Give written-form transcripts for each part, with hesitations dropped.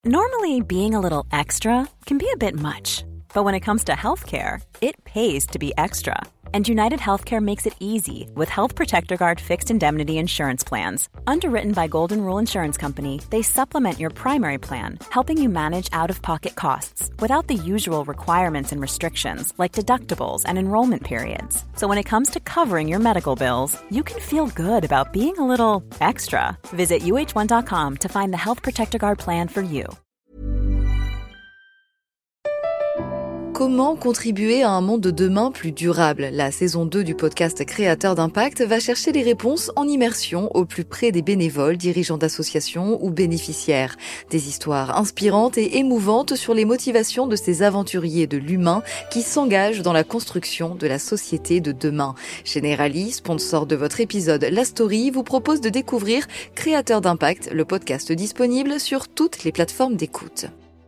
Normally, being a little extra can be a bit much. But when it comes to healthcare, it pays to be extra. And United Healthcare makes it easy with Health Protector Guard fixed indemnity insurance plans. Underwritten by Golden Rule Insurance Company, they supplement your primary plan, helping you manage out-of-pocket costs without the usual requirements and restrictions like deductibles and enrollment periods. So when it comes to covering your medical bills, you can feel good about being a little extra. Visit uh1.com to find the Health Protector Guard plan for you. Comment contribuer à un monde de demain plus durable ? La saison 2 du podcast Créateurs d'impact va chercher les réponses en immersion au plus près des bénévoles, dirigeants d'associations ou bénéficiaires. Des histoires inspirantes et émouvantes sur les motivations de ces aventuriers de l'humain qui s'engagent dans la construction de la société de demain. Generali, sponsor de votre épisode La Story, vous propose de découvrir Créateurs d'impact, le podcast disponible sur toutes les plateformes d'écoute.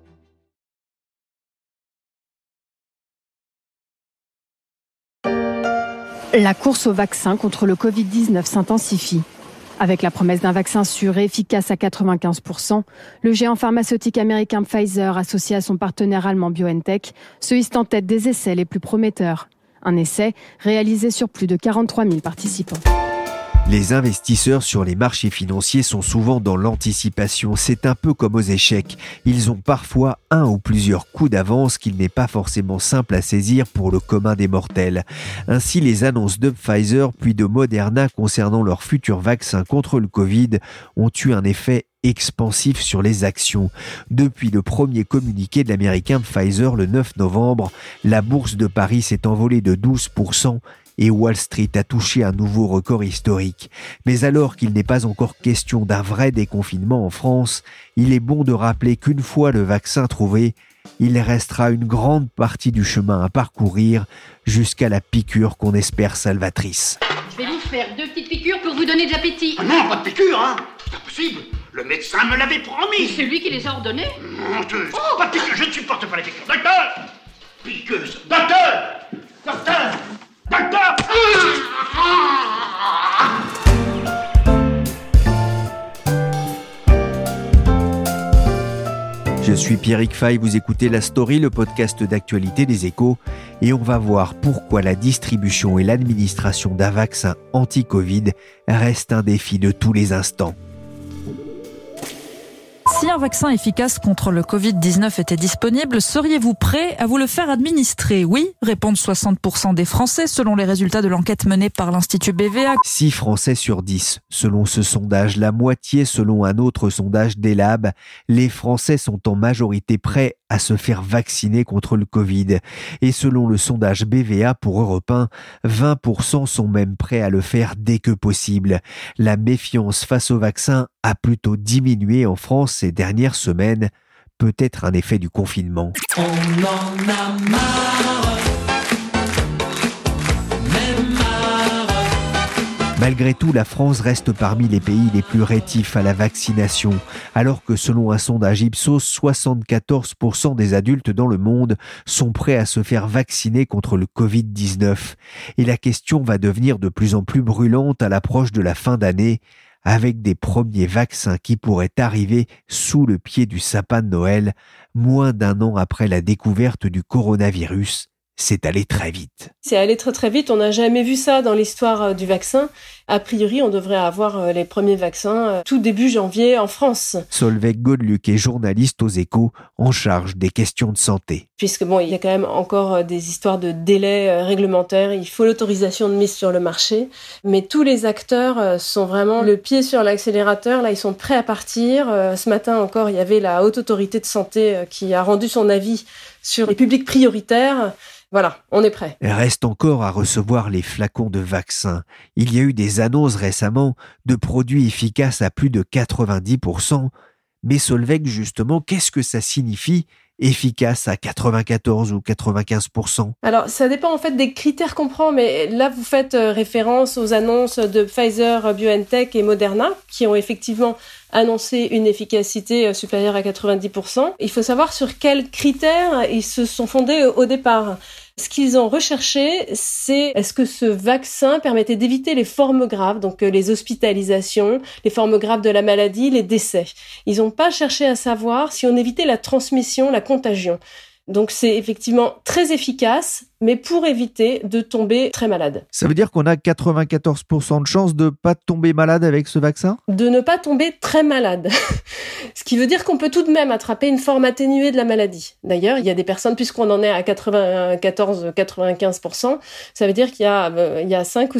La course au vaccin contre le Covid-19 s'intensifie. Avec la promesse d'un vaccin sûr et efficace à 95%, le géant pharmaceutique américain Pfizer, associé à son partenaire allemand BioNTech, se hisse en tête des essais les plus prometteurs. Un essai réalisé sur plus de 43 000 participants. Les investisseurs sur les marchés financiers sont souvent dans l'anticipation. C'est un peu comme aux échecs. Ils ont parfois un ou plusieurs coups d'avance qu'il n'est pas forcément simple à saisir pour le commun des mortels. Ainsi, les annonces de Pfizer puis de Moderna concernant leur futur vaccin contre le Covid ont eu un effet expansif sur les actions. Depuis le premier communiqué de l'américain Pfizer le 9 novembre, la bourse de Paris s'est envolée de 12%. Et Wall Street a touché un nouveau record historique. Mais alors qu'il n'est pas encore question d'un vrai déconfinement en France, il est bon de rappeler qu'une fois le vaccin trouvé, il restera une grande partie du chemin à parcourir jusqu'à la piqûre qu'on espère salvatrice. Je vais vous faire 2 petites piqûres pour vous donner de l'appétit. Ah non, pas de piqûre, hein. C'est impossible. Le médecin me l'avait promis. C'est lui qui les a ordonnées. Menteuse. Oh, pas de piqûre, je ne supporte pas les piqûres. Docteur. Piqueuse. Docteur. Docteur. Docteur. Je suis Pierrick Fay, vous écoutez La Story, le podcast d'actualité des Échos, et on va voir pourquoi la distribution et l'administration d'un vaccin anti-Covid restent un défi de tous les instants. Si un vaccin efficace contre le Covid-19 était disponible, seriez-vous prêt à vous le faire administrer ? Oui, répondent 60% des Français selon les résultats de l'enquête menée par l'Institut BVA. 6 Français sur 10, selon ce sondage, la moitié selon un autre sondage d'Elab, les Français sont en majorité prêts à se faire vacciner contre le Covid. Et selon le sondage BVA pour Europe 1, 20% sont même prêts à le faire dès que possible. La méfiance face au vaccin a plutôt diminué en France ces dernières semaines, peut-être un effet du confinement. On en a marre, mais marre. Malgré tout, la France reste parmi les pays les plus rétifs à la vaccination, alors que selon un sondage Ipsos, 74% des adultes dans le monde sont prêts à se faire vacciner contre le Covid-19. Et la question va devenir de plus en plus brûlante à l'approche de la fin d'année, avec des premiers vaccins qui pourraient arriver sous le pied du sapin de Noël, moins d'un an après la découverte du coronavirus. C'est allé très vite. C'est allé très très vite, on n'a jamais vu ça dans l'histoire du vaccin. A priori, on devrait avoir les premiers vaccins tout début janvier en France. Solveig Godluc est journaliste aux Échos en charge des questions de santé. Puisque il y a quand même encore des histoires de délais réglementaires, il faut l'autorisation de mise sur le marché. Mais tous les acteurs sont vraiment le pied sur l'accélérateur, là ils sont prêts à partir. Ce matin encore, il y avait la Haute Autorité de Santé qui a rendu son avis sur les publics prioritaires. Voilà, on est prêt. Reste encore à recevoir les flacons de vaccins. Il y a eu des annonces récemment de produits efficaces à plus de 90%. Mais Solveig, justement, qu'est-ce que ça signifie efficace à 94 ou 95%? Alors, ça dépend en fait des critères qu'on prend, mais là, vous faites référence aux annonces de Pfizer, BioNTech et Moderna, qui ont effectivement annoncé une efficacité supérieure à 90%. Il faut savoir sur quels critères ils se sont fondés au départ. Ce qu'ils ont recherché, c'est est-ce que ce vaccin permettait d'éviter les formes graves, donc les hospitalisations, les formes graves de la maladie, les décès. Ils n'ont pas cherché à savoir si on évitait la transmission, la contagion. Donc c'est effectivement très efficace, mais pour éviter de tomber très malade. Ça veut dire qu'on a 94% de chances de ne pas tomber malade avec ce vaccin ? De ne pas tomber très malade. Ce qui veut dire qu'on peut tout de même attraper une forme atténuée de la maladie. D'ailleurs, il y a des personnes, puisqu'on en est à 94-95%, ça veut dire qu'il y a 5 ou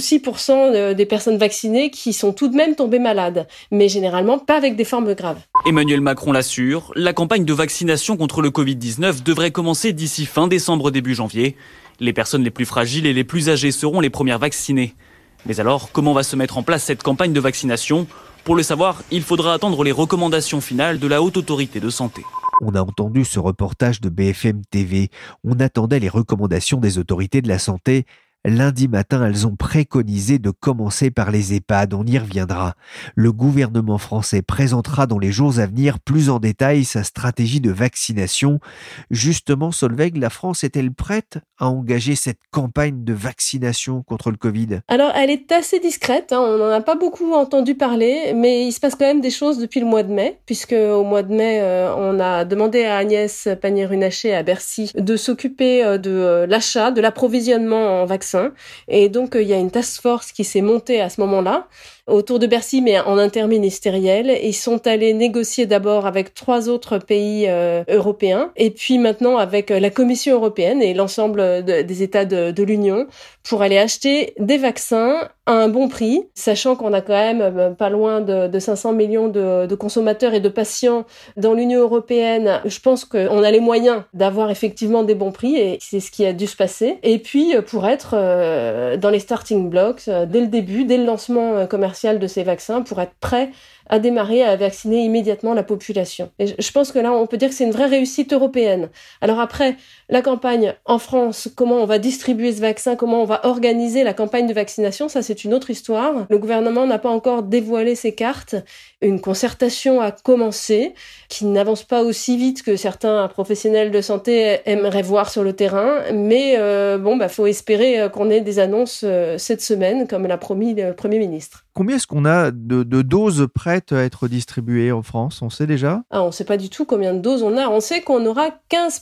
6% des personnes vaccinées qui sont tout de même tombées malades, mais généralement pas avec des formes graves. Emmanuel Macron l'assure, la campagne de vaccination contre le Covid-19 devrait commencer d'ici fin décembre, début janvier. Les personnes les plus fragiles et les plus âgées seront les premières vaccinées. Mais alors, comment va se mettre en place cette campagne de vaccination ? Pour le savoir, il faudra attendre les recommandations finales de la Haute Autorité de Santé. On a entendu ce reportage de BFM TV. On attendait les recommandations des autorités de la santé. Lundi matin, elles ont préconisé de commencer par les EHPAD, on y reviendra. Le gouvernement français présentera dans les jours à venir plus en détail sa stratégie de vaccination. Justement, Solveig, la France est-elle prête à engager cette campagne de vaccination contre le Covid ? Alors, elle est assez discrète, on n'en a pas beaucoup entendu parler, mais il se passe quand même des choses depuis le mois de mai, puisque au mois de mai, on a demandé à Agnès Pannier-Runacher à Bercy de s'occuper de l'achat, de l'approvisionnement en vaccins. Et donc, il y a une task force qui s'est montée à ce moment-là, autour de Bercy, mais en interministériel. Ils sont allés négocier d'abord avec 3 autres pays européens, et puis maintenant avec la Commission européenne et l'ensemble des États de l'Union, pour aller acheter des vaccins à un bon prix, sachant qu'on a quand même pas loin de 500 millions de consommateurs et de patients dans l'Union européenne. Je pense qu'on a les moyens d'avoir effectivement des bons prix, et c'est ce qui a dû se passer. Et puis, pour être dans les starting blocks, dès le début, dès le lancement commercial de ces vaccins, pour être prêt à démarrer à vacciner immédiatement la population. Et je pense que là, on peut dire que c'est une vraie réussite européenne. Alors après, la campagne en France, comment on va distribuer ce vaccin, comment on va organiser la campagne de vaccination, ça c'est une autre histoire. Le gouvernement n'a pas encore dévoilé ses cartes. Une concertation a commencé, qui n'avance pas aussi vite que certains professionnels de santé aimeraient voir sur le terrain, mais faut espérer qu'on ait des annonces cette semaine, comme l'a promis le Premier ministre. Combien est-ce qu'on a de doses prêtes à être distribuées en France ? On sait déjà ? On ne sait pas du tout combien de doses on a. On sait qu'on aura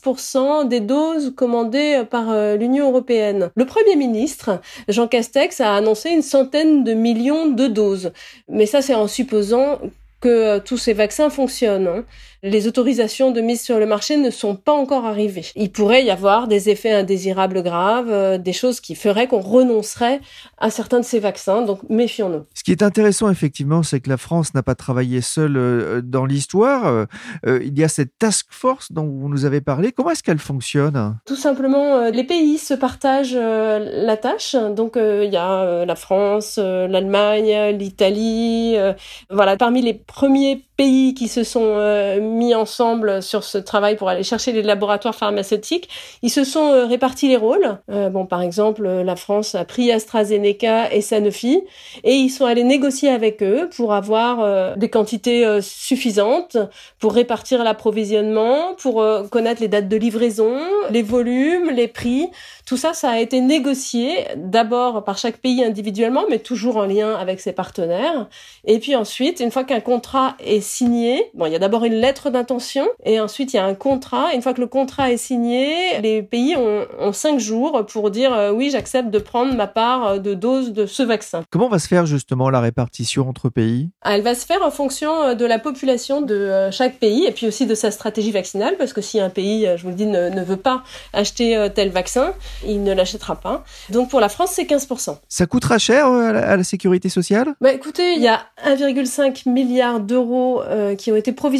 15% des doses commandées par l'Union européenne. Le Premier ministre, Jean Castex, a annoncé 100 millions de doses. Mais ça, c'est en supposant que tous ces vaccins fonctionnent. Les autorisations de mise sur le marché ne sont pas encore arrivées. Il pourrait y avoir des effets indésirables graves, des choses qui feraient qu'on renoncerait à certains de ces vaccins, donc méfions-nous. Ce qui est intéressant, effectivement, c'est que la France n'a pas travaillé seule dans l'histoire. Il y a cette task force dont vous nous avez parlé. Comment est-ce qu'elle fonctionne ? Tout simplement, les pays se partagent la tâche. Donc, il y a la France, l'Allemagne, l'Italie. Parmi les premiers pays qui se sont mis ensemble sur ce travail pour aller chercher les laboratoires pharmaceutiques, ils se sont répartis les rôles. Par exemple, la France a pris AstraZeneca et Sanofi, et ils sont allés négocier avec eux pour avoir des quantités suffisantes, pour répartir l'approvisionnement, pour connaître les dates de livraison, les volumes, les prix. Tout ça, ça a été négocié d'abord par chaque pays individuellement, mais toujours en lien avec ses partenaires. Et puis ensuite, une fois qu'un contrat est signé, il y a d'abord une lettre d'intention, et ensuite il y a un contrat. Une fois que le contrat est signé, les pays ont 5 jours pour dire oui, j'accepte de prendre ma part de dose de ce vaccin. Comment va se faire justement la répartition entre pays ? Elle va se faire en fonction de la population de chaque pays, et puis aussi de sa stratégie vaccinale, parce que si un pays, je vous le dis, ne veut pas acheter tel vaccin, il ne l'achètera pas. Donc pour la France, c'est 15%. Ça coûtera cher à la sécurité sociale ? Écoutez, il y a 1,5 milliard d'euros qui ont été provisionnés dans les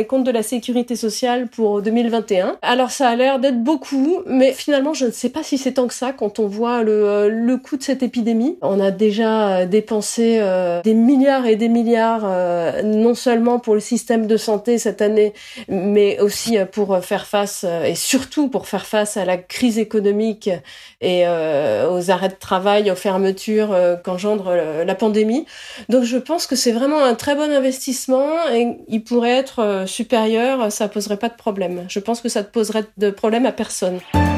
les comptes de la sécurité sociale pour 2021. Alors ça a l'air d'être beaucoup, mais finalement je ne sais pas si c'est tant que ça quand on voit le coût de cette épidémie. On a déjà dépensé des milliards et des milliards, non seulement pour le système de santé cette année, mais aussi pour faire face, et surtout pour faire face à la crise économique et aux arrêts de travail, aux fermetures qu'engendre la pandémie. Donc je pense que c'est vraiment un très bon investissement et il pourrait être supérieur, ça poserait pas de problème. Je pense que ça ne poserait de problème à personne.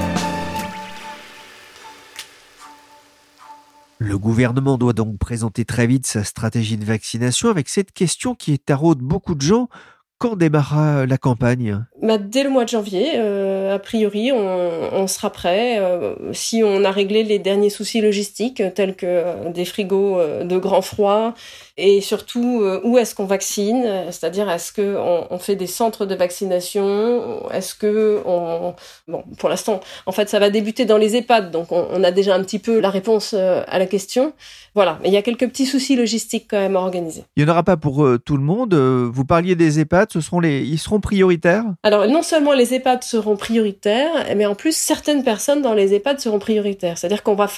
Le gouvernement doit donc présenter très vite sa stratégie de vaccination avec cette question qui taraude beaucoup de gens. Quand démarrera la campagne ? Dès le mois de janvier, a priori, on sera prêt. Si on a réglé les derniers soucis logistiques, tels que des frigos de grand froid, et surtout où est-ce qu'on vaccine, c'est-à-dire est-ce que on fait des centres de vaccination, est-ce que pour l'instant, en fait, ça va débuter dans les EHPAD, donc on a déjà un petit peu la réponse à la question. Voilà, mais il y a quelques petits soucis logistiques quand même à organiser. Il n'y en aura pas pour tout le monde. Vous parliez des EHPAD, ils seront prioritaires ? Alors, non seulement les EHPAD seront prioritaires, mais en plus, certaines personnes dans les EHPAD seront prioritaires. C'est-à-dire qu'on va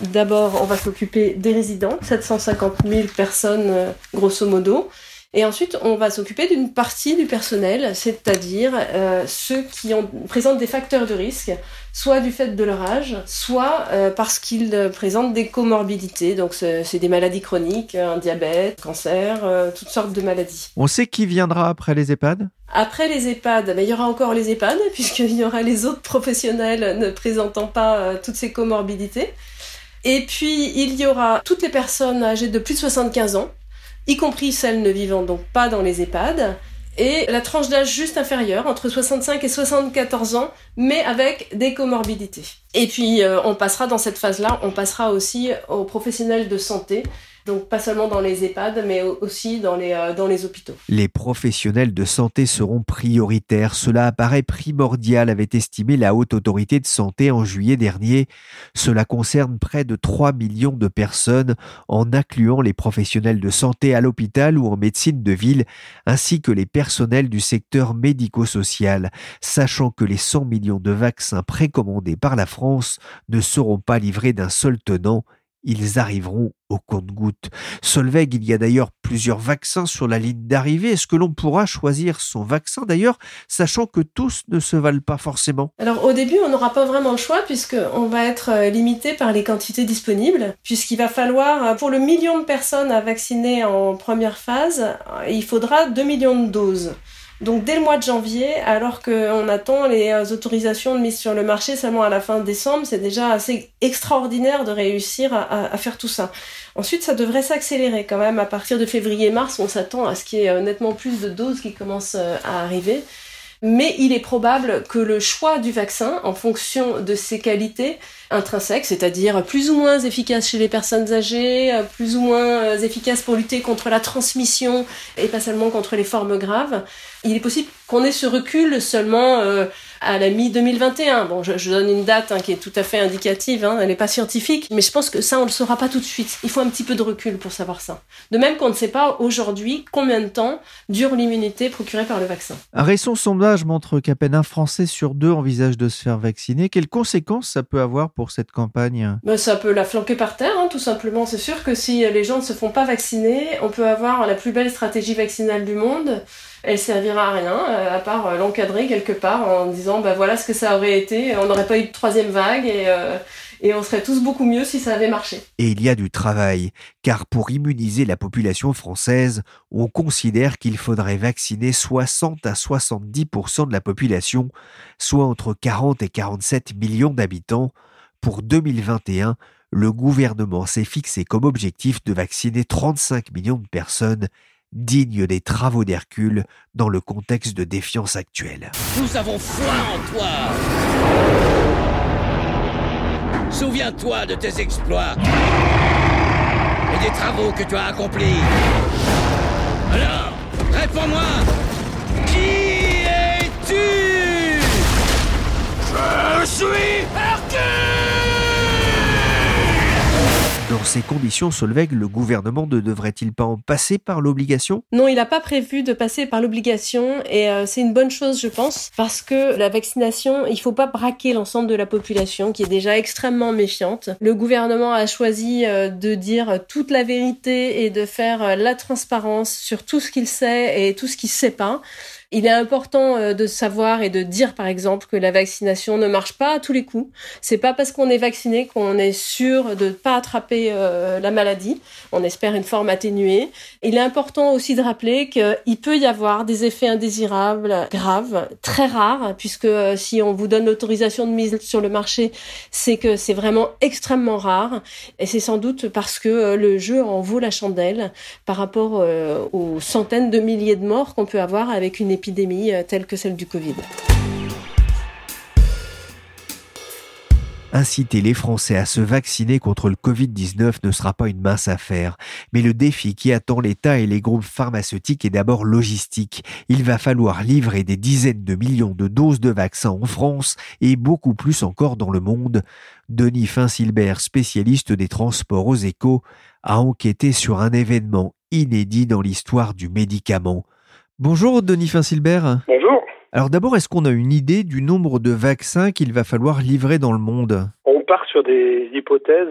on va s'occuper des résidents, 750 000 personnes, grosso modo. Et ensuite, on va s'occuper d'une partie du personnel, c'est-à-dire ceux qui présentent des facteurs de risque, soit du fait de leur âge, soit parce qu'ils présentent des comorbidités. Donc, c'est des maladies chroniques, un diabète, cancer, toutes sortes de maladies. On sait qui viendra après les EHPAD ? Après les EHPAD, il y aura encore les EHPAD, puisqu'il y aura les autres professionnels ne présentant pas toutes ces comorbidités. Et puis, il y aura toutes les personnes âgées de plus de 75 ans, y compris celles ne vivant donc pas dans les EHPAD, et la tranche d'âge juste inférieure, entre 65 et 74 ans, mais avec des comorbidités. Et puis, on passera dans cette phase-là, on passera aussi aux professionnels de santé, donc pas seulement dans les EHPAD, mais aussi dans les hôpitaux. Les professionnels de santé seront prioritaires. Cela apparaît primordial, avait estimé la Haute Autorité de Santé en juillet dernier. Cela concerne près de 3 millions de personnes, en incluant les professionnels de santé à l'hôpital ou en médecine de ville, ainsi que les personnels du secteur médico-social, sachant que les 100 millions de vaccins précommandés par la France ne seront pas livrés d'un seul tenant. Ils arriveront au compte-gouttes. Solveig, il y a d'ailleurs plusieurs vaccins sur la ligne d'arrivée. Est-ce que l'on pourra choisir son vaccin d'ailleurs, sachant que tous ne se valent pas forcément ? Alors au début, on n'aura pas vraiment le choix puisqu'on va être limité par les quantités disponibles, puisqu'il va falloir, pour le million de personnes à vacciner en première phase, il faudra 2 millions de doses. Donc dès le mois de janvier, alors qu'on attend les autorisations de mise sur le marché seulement à la fin décembre, c'est déjà assez extraordinaire de réussir à faire tout ça. Ensuite, ça devrait s'accélérer quand même. À partir de février-mars, on s'attend à ce qu'il y ait nettement plus de doses qui commencent à arriver. Mais il est probable que le choix du vaccin, en fonction de ses qualités intrinsèques, c'est-à-dire plus ou moins efficace chez les personnes âgées, plus ou moins efficace pour lutter contre la transmission et pas seulement contre les formes graves, il est possible qu'on ait ce recul seulement à la mi-2021. Bon, je donne une date qui est tout à fait indicative, elle n'est pas scientifique, mais je pense que ça, on ne le saura pas tout de suite. Il faut un petit peu de recul pour savoir ça. De même qu'on ne sait pas aujourd'hui combien de temps dure l'immunité procurée par le vaccin. Un récent sondage montre qu'à peine un Français sur 2 envisage de se faire vacciner. Quelles conséquences ça peut avoir pour cette campagne ? Ça peut la flanquer par terre, tout simplement. C'est sûr que si les gens ne se font pas vacciner, on peut avoir la plus belle stratégie vaccinale du monde. Elle servira à rien, à part l'encadrer quelque part en disant voilà ce que ça aurait été, on n'aurait pas eu de 3e vague et on serait tous beaucoup mieux si ça avait marché. Et il y a du travail, car pour immuniser la population française, on considère qu'il faudrait vacciner 60 à 70% de la population, soit entre 40 et 47 millions d'habitants. Pour 2021, le gouvernement s'est fixé comme objectif de vacciner 35 millions de personnes, digne des travaux d'Hercule dans le contexte de défiance actuelle. Nous avons foi en toi. Souviens-toi de tes exploits et des travaux que tu as accomplis. Alors, réponds-moi. Qui es-tu ? Je suis Hercule ! Dans ces conditions, Solveig, le gouvernement ne devrait-il pas en passer par l'obligation ? Non, il n'a pas prévu de passer par l'obligation et c'est une bonne chose, je pense, parce que la vaccination, il faut pas braquer l'ensemble de la population qui est déjà extrêmement méfiante. Le gouvernement a choisi de dire toute la vérité et de faire la transparence sur tout ce qu'il sait et tout ce qu'il sait pas. Il est important de savoir et de dire, par exemple, que la vaccination ne marche pas à tous les coups. C'est pas parce qu'on est vacciné qu'on est sûr de ne pas attraper la maladie. On espère une forme atténuée. Il est important aussi de rappeler qu'il peut y avoir des effets indésirables graves, très rares, puisque si on vous donne l'autorisation de mise sur le marché, c'est que c'est vraiment extrêmement rare. Et c'est sans doute parce que le jeu en vaut la chandelle par rapport aux centaines de milliers de morts qu'on peut avoir avec une épidémie telle que celle du Covid. Inciter les Français à se vacciner contre le Covid-19 ne sera pas une mince affaire. Mais le défi qui attend l'État et les groupes pharmaceutiques est d'abord logistique. Il va falloir livrer des dizaines de millions de doses de vaccins en France et beaucoup plus encore dans le monde. Denis Finsilbert, spécialiste des transports aux Échos, a enquêté sur un événement inédit dans l'histoire du médicament. Bonjour Denis Finsilbert. Bonjour. Alors d'abord, est-ce qu'on a une idée du nombre de vaccins qu'il va falloir livrer dans le monde ? On part sur des hypothèses,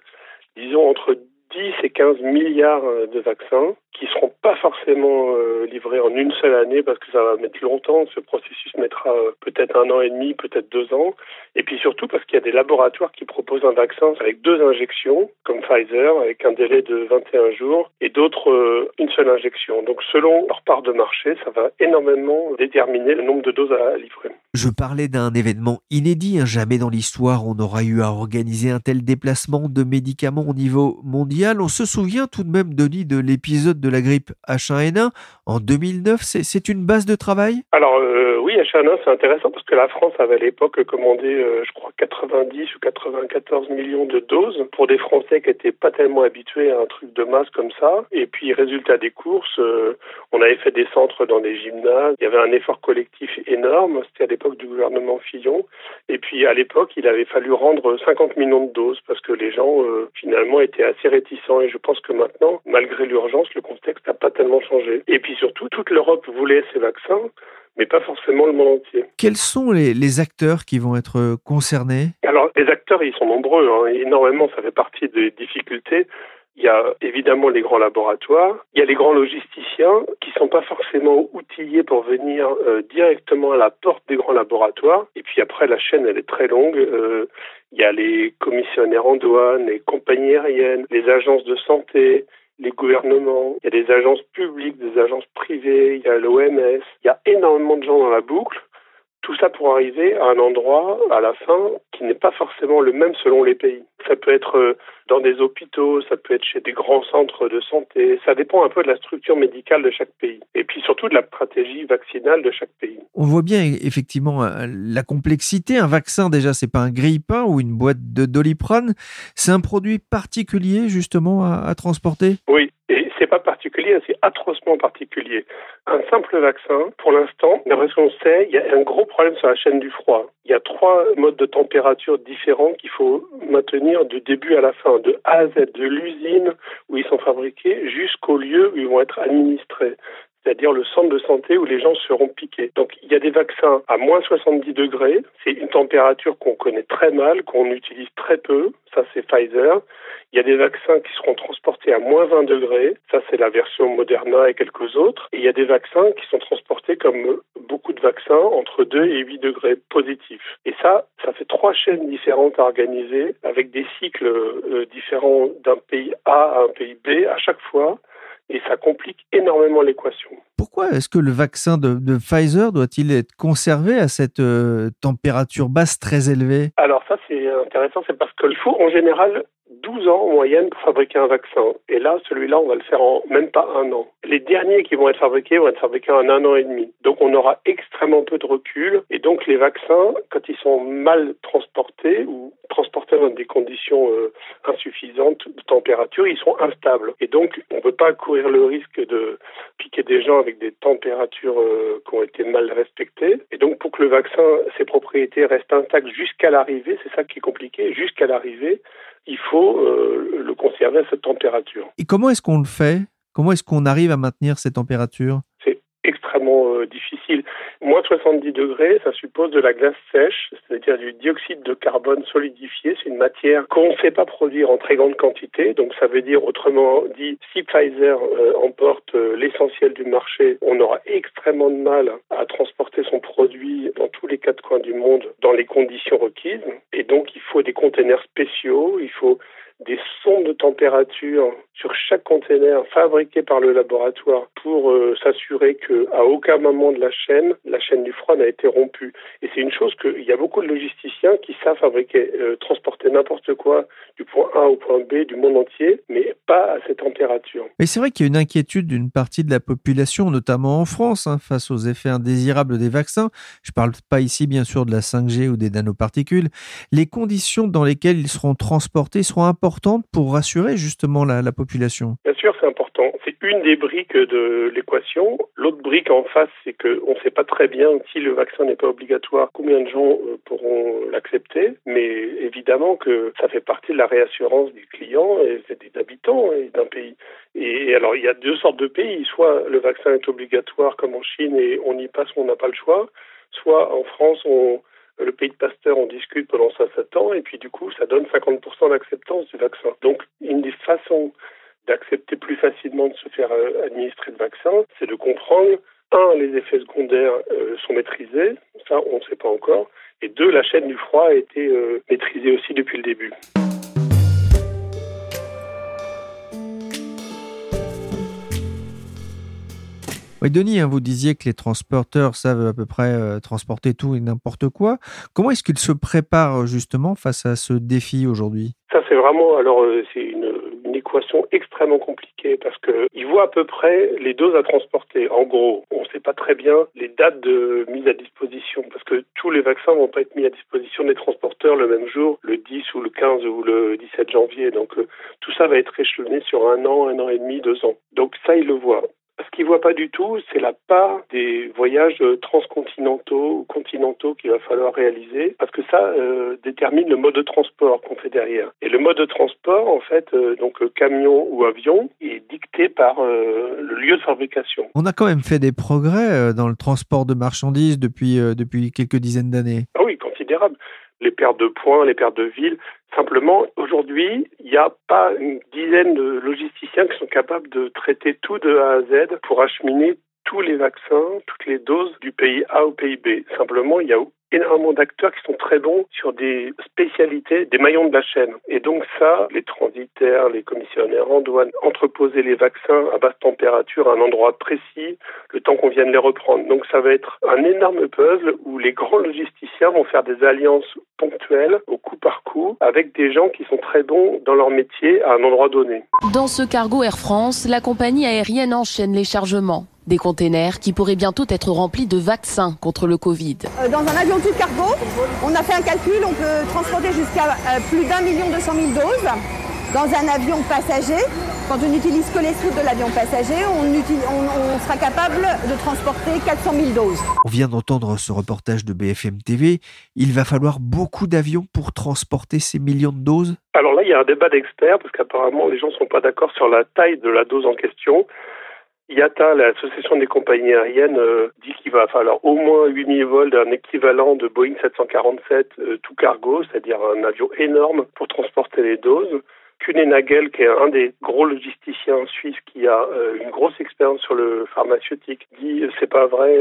disons entre 10 et 15 milliards de vaccins qui ne seront pas forcément livrés en une seule année parce que ça va mettre longtemps. Ce processus mettra peut-être 1 an et demi, peut-être 2 ans. Et puis surtout parce qu'il y a des laboratoires qui proposent un vaccin avec 2 injections, comme Pfizer, avec un délai de 21 jours, et d'autres une seule injection. Donc selon leur part de marché, ça va énormément déterminer le nombre de doses à livrer. Je parlais d'un événement inédit. Jamais dans l'histoire on n'aura eu à organiser un tel déplacement de médicaments au niveau mondial. On se souvient tout de même, Denis, de l'épisode de la grippe H1N1 en 2009. C'est une base de travail ? Alors oui, H1N1, c'est intéressant parce que la France avait à l'époque commandé, je crois, 90 ou 94 millions de doses pour des Français qui n'étaient pas tellement habitués à un truc de masse comme ça. Et puis, résultat des courses, on avait fait des centres dans des gymnases. Il y avait un effort collectif énorme. C'était à l'époque du gouvernement Fillon. Et puis, à l'époque, il avait fallu rendre 50 millions de doses parce que les gens, finalement, étaient assez réticents. Et je pense que maintenant, malgré l'urgence, le contexte n'a pas tellement changé. Et puis surtout, toute l'Europe voulait ces vaccins, mais pas forcément le monde entier. Quels sont les acteurs qui vont être concernés ? Alors, les acteurs, ils sont nombreux, énormément, ça fait partie des difficultés. Il y a évidemment les grands laboratoires, il y a les grands logisticiens qui sont pas forcément outillés pour venir directement à la porte des grands laboratoires. Et puis après, la chaîne, elle est très longue. Il y a les commissionnaires en douane, les compagnies aériennes, les agences de santé, les gouvernements, il y a des agences publiques, des agences privées, il y a l'OMS. Il y a énormément de gens dans la boucle. Tout ça pour arriver à un endroit, à la fin, qui n'est pas forcément le même selon les pays. Ça peut être dans des hôpitaux, ça peut être chez des grands centres de santé. Ça dépend un peu de la structure médicale de chaque pays. Et puis surtout de la stratégie vaccinale de chaque pays. On voit bien effectivement la complexité. Un vaccin, déjà, c'est pas un grille-pain ou une boîte de Doliprane. C'est un produit particulier, justement, à transporter ? Oui. Et c'est pas particulier, c'est atrocement particulier. Un simple vaccin, pour l'instant, d'après ce qu'on sait, il y a un gros problème sur la chaîne du froid. Il y a 3 modes de température différents qu'il faut maintenir du début à la fin, de A à Z, de l'usine où ils sont fabriqués jusqu'au lieu où ils vont être administrés. C'est-à-dire le centre de santé où les gens seront piqués. Donc il y a des vaccins à moins 70 degrés, c'est une température qu'on connaît très mal, qu'on utilise très peu, ça c'est Pfizer. Il y a des vaccins qui seront transportés à moins 20 degrés, ça c'est la version Moderna et quelques autres. Et il y a des vaccins qui sont transportés comme beaucoup de vaccins entre 2 et 8 degrés positifs. Et ça fait 3 chaînes différentes à organiser avec des cycles différents d'un pays A à un pays B à chaque fois. Et ça complique énormément l'équation. Pourquoi est-ce que le vaccin de Pfizer doit-il être conservé à cette température basse très élevée ? Alors ça, c'est intéressant, c'est parce qu'il faut en général 12 ans en moyenne pour fabriquer un vaccin. Et là, celui-là, on va le faire en même pas 1 an. Les derniers qui vont être fabriqués en 1 an et demi. Donc on aura extrêmement peu de recul. Et donc les vaccins, quand ils sont mal transportés ou transportés dans des conditions insuffisantes de température, ils sont instables. Et donc on ne peut pas courir le risque de piquer des gens avec des températures qui ont été mal respectées. Et donc pour que le vaccin, ses propriétés restent intactes jusqu'à l'arrivée, c'est ça qui est compliqué, jusqu'à l'arrivée, il faut le conserver à cette température. Et comment est-ce qu'on le fait ? Comment est-ce qu'on arrive à maintenir ces températures ? C'est extrêmement difficile. Moins 70 degrés, ça suppose de la glace sèche, c'est-à-dire du dioxyde de carbone solidifié. C'est une matière qu'on ne sait pas produire en très grande quantité. Donc ça veut dire, autrement dit, si Pfizer emporte l'essentiel du marché, on aura extrêmement de mal à transporter son produit dans tous les quatre coins du monde dans les conditions requises. Et donc il faut des containers spéciaux, il faut des sondes de température sur chaque container fabriqué par le laboratoire pour s'assurer qu'à aucun moment de la chaîne du froid n'a été rompue. Et c'est une chose qu'il y a beaucoup de logisticiens qui savent fabriquer, transporter n'importe quoi du point A au point B du monde entier, mais pas à cette température. Mais c'est vrai qu'il y a une inquiétude d'une partie de la population, notamment en France, face aux effets indésirables des vaccins. Je ne parle pas ici, bien sûr, de la 5G ou des nanoparticules. Les conditions dans lesquelles ils seront transportés seront importantes pour rassurer justement la population. Bien sûr, c'est important. C'est une des briques de l'équation. L'autre brique en face, c'est qu'on ne sait pas très bien si le vaccin n'est pas obligatoire, combien de gens pourront l'accepter. Mais évidemment que ça fait partie de la réassurance des clients et des habitants d'un pays. Et alors, il y a deux sortes de pays. Soit le vaccin est obligatoire comme en Chine et on y passe, on n'a pas le choix. Soit en France, le pays de Pasteur, on discute pendant 5-7 ans et puis du coup, ça donne 50% d'acceptance du vaccin. Donc, une des façons d'accepter plus facilement de se faire administrer le vaccin, c'est de comprendre, les effets secondaires sont maîtrisés, ça on ne sait pas encore, et la chaîne du froid a été maîtrisée aussi depuis le début. Oui, Denis, vous disiez que les transporteurs savent à peu près transporter tout et n'importe quoi. Comment est-ce qu'ils se préparent justement face à ce défi aujourd'hui ? Ça, c'est vraiment, c'est une équation extrêmement compliquée parce qu'ils voient à peu près les doses à transporter. En gros, on ne sait pas très bien les dates de mise à disposition parce que tous les vaccins ne vont pas être mis à disposition des transporteurs le même jour, le 10 ou le 15 ou le 17 janvier. Donc, tout ça va être échelonné sur 1 an, 1 an et demi, 2 ans. Donc, ça, ils le voient. Ce qu'ils ne voient pas du tout, c'est la part des voyages transcontinentaux ou continentaux qu'il va falloir réaliser, parce que ça détermine le mode de transport qu'on fait derrière. Et le mode de transport, en fait, donc camion ou avion, est dicté par le lieu de fabrication. On a quand même fait des progrès dans le transport de marchandises depuis quelques dizaines d'années. Ah oui, considérable. Les pertes de points, les pertes de villes. Simplement, aujourd'hui, il n'y a pas une dizaine de logisticiens qui sont capables de traiter tout de A à Z pour acheminer tous les vaccins, toutes les doses du pays A au pays B. Simplement, il y a énormément d'acteurs qui sont très bons sur des spécialités, des maillons de la chaîne. Et donc ça, les transitaires, les commissionnaires en douane, entreposer les vaccins à basse température à un endroit précis, le temps qu'on vienne les reprendre. Donc ça va être un énorme puzzle où les grands logisticiens vont faire des alliances ponctuelles, au coup par coup, avec des gens qui sont très bons dans leur métier à un endroit donné. Dans ce cargo Air France, la compagnie aérienne enchaîne les chargements. Des containers qui pourraient bientôt être remplis de vaccins contre le Covid. Dans un avion tout cargo, on a fait un calcul, on peut transporter jusqu'à plus d'1 200 000 doses. Dans un avion passager, quand on n'utilise que les soutes de l'avion passager, on sera capable de transporter 400 000 doses. On vient d'entendre ce reportage de BFM TV. Il va falloir beaucoup d'avions pour transporter ces millions de doses ? Alors là, il y a un débat d'experts, parce qu'apparemment, les gens ne sont pas d'accord sur la taille de la dose en question. IATA, l'association des compagnies aériennes, dit qu'il va falloir au moins 8000 vols d'un équivalent de Boeing 747 tout cargo, c'est-à-dire un avion énorme pour transporter les doses. Kühne & Nagel, qui est un des gros logisticiens suisses qui a une grosse expérience sur le pharmaceutique, dit c'est pas vrai,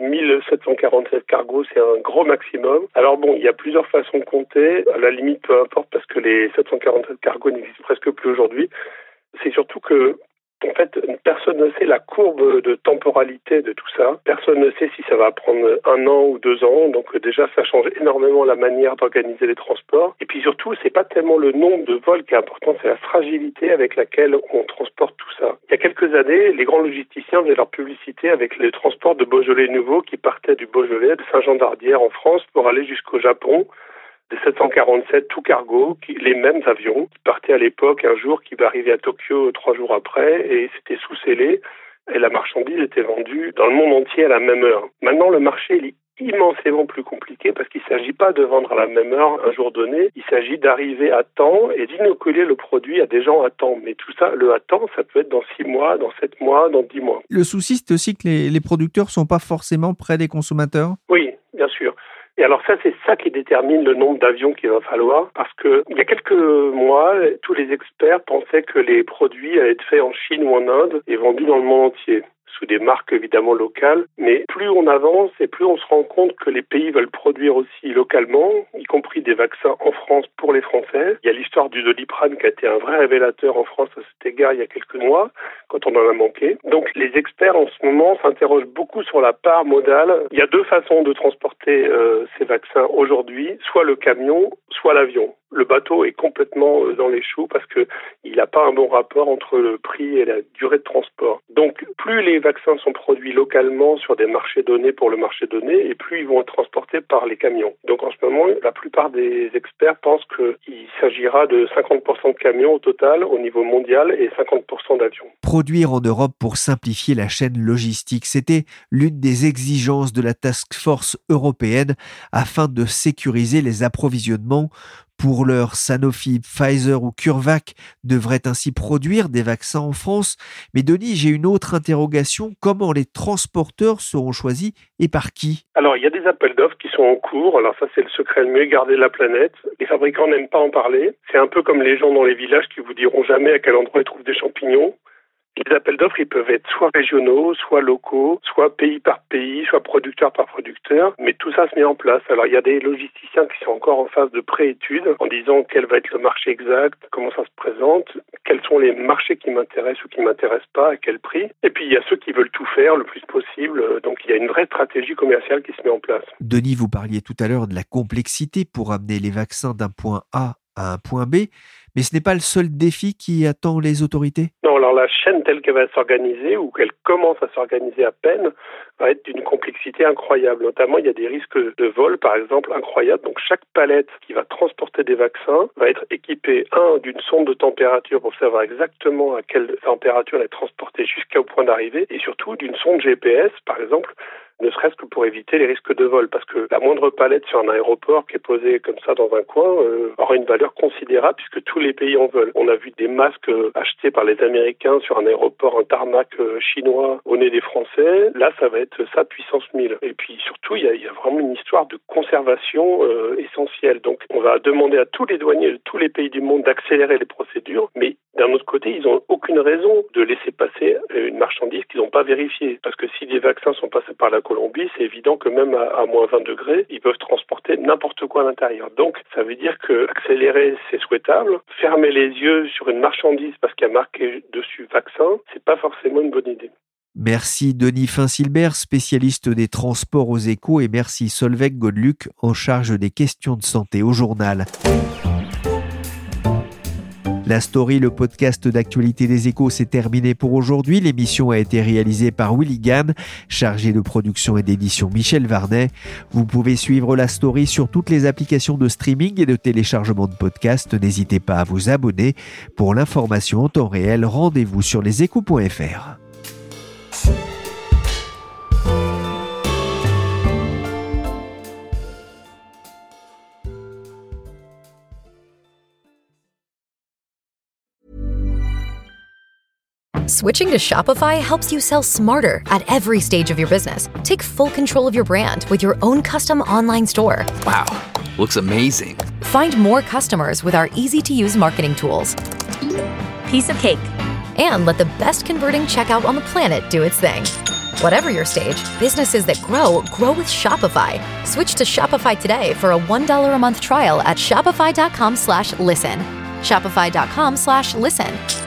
1747 cargos, c'est un gros maximum. Alors bon, il y a plusieurs façons de compter. À la limite, peu importe, parce que les 747 cargos n'existent presque plus aujourd'hui. C'est surtout que en fait, personne ne sait la courbe de temporalité de tout ça. Personne ne sait si ça va prendre 1 an ou 2 ans. Donc déjà, ça change énormément la manière d'organiser les transports. Et puis surtout, c'est pas tellement le nombre de vols qui est important, c'est la fragilité avec laquelle on transporte tout ça. Il y a quelques années, les grands logisticiens faisaient leur publicité avec les transports de Beaujolais nouveau qui partaient du Beaujolais, de Saint-Jean-d'Ardière en France pour aller jusqu'au Japon. Des 747 tout cargo, les mêmes avions qui partaient à l'époque un jour, qui va arriver à Tokyo 3 jours après, et c'était sous-scellé, et la marchandise était vendue dans le monde entier à la même heure. Maintenant, le marché il est immensément plus compliqué parce qu'il ne s'agit pas de vendre à la même heure un jour donné, il s'agit d'arriver à temps et d'inoculer le produit à des gens à temps. Mais tout ça, le à temps, ça peut être dans 6 mois, dans 7 mois, dans 10 mois. Le souci, c'est aussi que les producteurs ne sont pas forcément près des consommateurs. Oui, bien sûr. Et alors ça, c'est ça qui détermine le nombre d'avions qu'il va falloir, parce que il y a quelques mois, tous les experts pensaient que les produits allaient être faits en Chine ou en Inde et vendus dans le monde entier, sous des marques évidemment locales. Mais plus on avance et plus on se rend compte que les pays veulent produire aussi localement, y compris des vaccins en France pour les Français. Il y a l'histoire du Doliprane qui a été un vrai révélateur en France à cet égard il y a quelques mois, quand on en a manqué. Donc les experts en ce moment s'interrogent beaucoup sur la part modale. Il y a 2 façons de transporter ces vaccins aujourd'hui, soit le camion, soit l'avion. Le bateau est complètement dans les choux parce que il n'a pas un bon rapport entre le prix et la durée de transport. Donc, plus les vaccins sont produits localement sur des marchés donnés pour le marché donné, et plus ils vont être transportés par les camions. Donc, en ce moment, la plupart des experts pensent qu'il s'agira de 50% de camions au total au niveau mondial et 50% d'avions. Produire en Europe pour simplifier la chaîne logistique, c'était l'une des exigences de la Task Force européenne afin de sécuriser les approvisionnements. Pour l'heure, Sanofi, Pfizer ou CureVac devraient ainsi produire des vaccins en France. Mais Denis, j'ai une autre interrogation. Comment les transporteurs seront choisis et par qui ? Alors, il y a des appels d'offres qui sont en cours. Alors ça, c'est le secret le mieux gardé de la planète. Les fabricants n'aiment pas en parler. C'est un peu comme les gens dans les villages qui vous diront jamais à quel endroit ils trouvent des champignons. Les appels d'offres, ils peuvent être soit régionaux, soit locaux, soit pays par pays, soit producteur par producteur, mais tout ça se met en place. Alors, il y a des logisticiens qui sont encore en phase de pré-étude, en disant quel va être le marché exact, comment ça se présente, quels sont les marchés qui m'intéressent ou qui m'intéressent pas, à quel prix. Et puis, il y a ceux qui veulent tout faire le plus possible. Donc, il y a une vraie stratégie commerciale qui se met en place. Denis, vous parliez tout à l'heure de la complexité pour amener les vaccins d'un point A à un point B, mais ce n'est pas le seul défi qui attend les autorités ? Non, alors la chaîne telle qu'elle va s'organiser ou qu'elle commence à s'organiser à peine va être d'une complexité incroyable. Notamment, il y a des risques de vol, par exemple, incroyables. Donc chaque palette qui va transporter des vaccins va être équipée, d'une sonde de température pour savoir exactement à quelle température elle est transportée jusqu'au point d'arrivée, et surtout d'une sonde GPS, par exemple, ne serait-ce que pour éviter les risques de vol, parce que la moindre palette sur un aéroport qui est posée comme ça dans un coin aura une valeur considérable puisque tous les pays en veulent. On a vu des masques achetés par les Américains sur un aéroport, un tarmac chinois au nez des Français. Là, ça va être ça puissance 1000. Et puis surtout, il y a vraiment une histoire de conservation essentielle. Donc, on va demander à tous les douaniers de tous les pays du monde d'accélérer les procédures, mais d'un autre côté, ils n'ont aucune raison de laisser passer une marchandise qu'ils n'ont pas vérifiée. Parce que si des vaccins sont passés par la Colombie, c'est évident que même à moins 20 degrés, ils peuvent transporter n'importe quoi à l'intérieur. Donc, ça veut dire que accélérer, c'est souhaitable. Fermer les yeux sur une marchandise parce qu'il y a marqué dessus vaccin, c'est pas forcément une bonne idée. Merci Denis Finsilbert, spécialiste des transports aux Échos, et merci Solveig Godluc, en charge des questions de santé au journal. La Story, le podcast d'actualité des Échos, s'est terminé pour aujourd'hui. L'émission a été réalisée par Willy Gann, chargé de production et d'édition Michel Varnet. Vous pouvez suivre La Story sur toutes les applications de streaming et de téléchargement de podcasts. N'hésitez pas à vous abonner. Pour l'information en temps réel, rendez-vous sur leséchos.fr. Switching to Shopify helps you sell smarter at every stage of your business. Take full control of your brand with your own custom online store. Wow, looks amazing. Find more customers with our easy-to-use marketing tools. Piece of cake. And let the best converting checkout on the planet do its thing. Whatever your stage, businesses that grow with Shopify. Switch to Shopify today for a $1 a month trial at shopify.com/listen. Shopify.com/listen.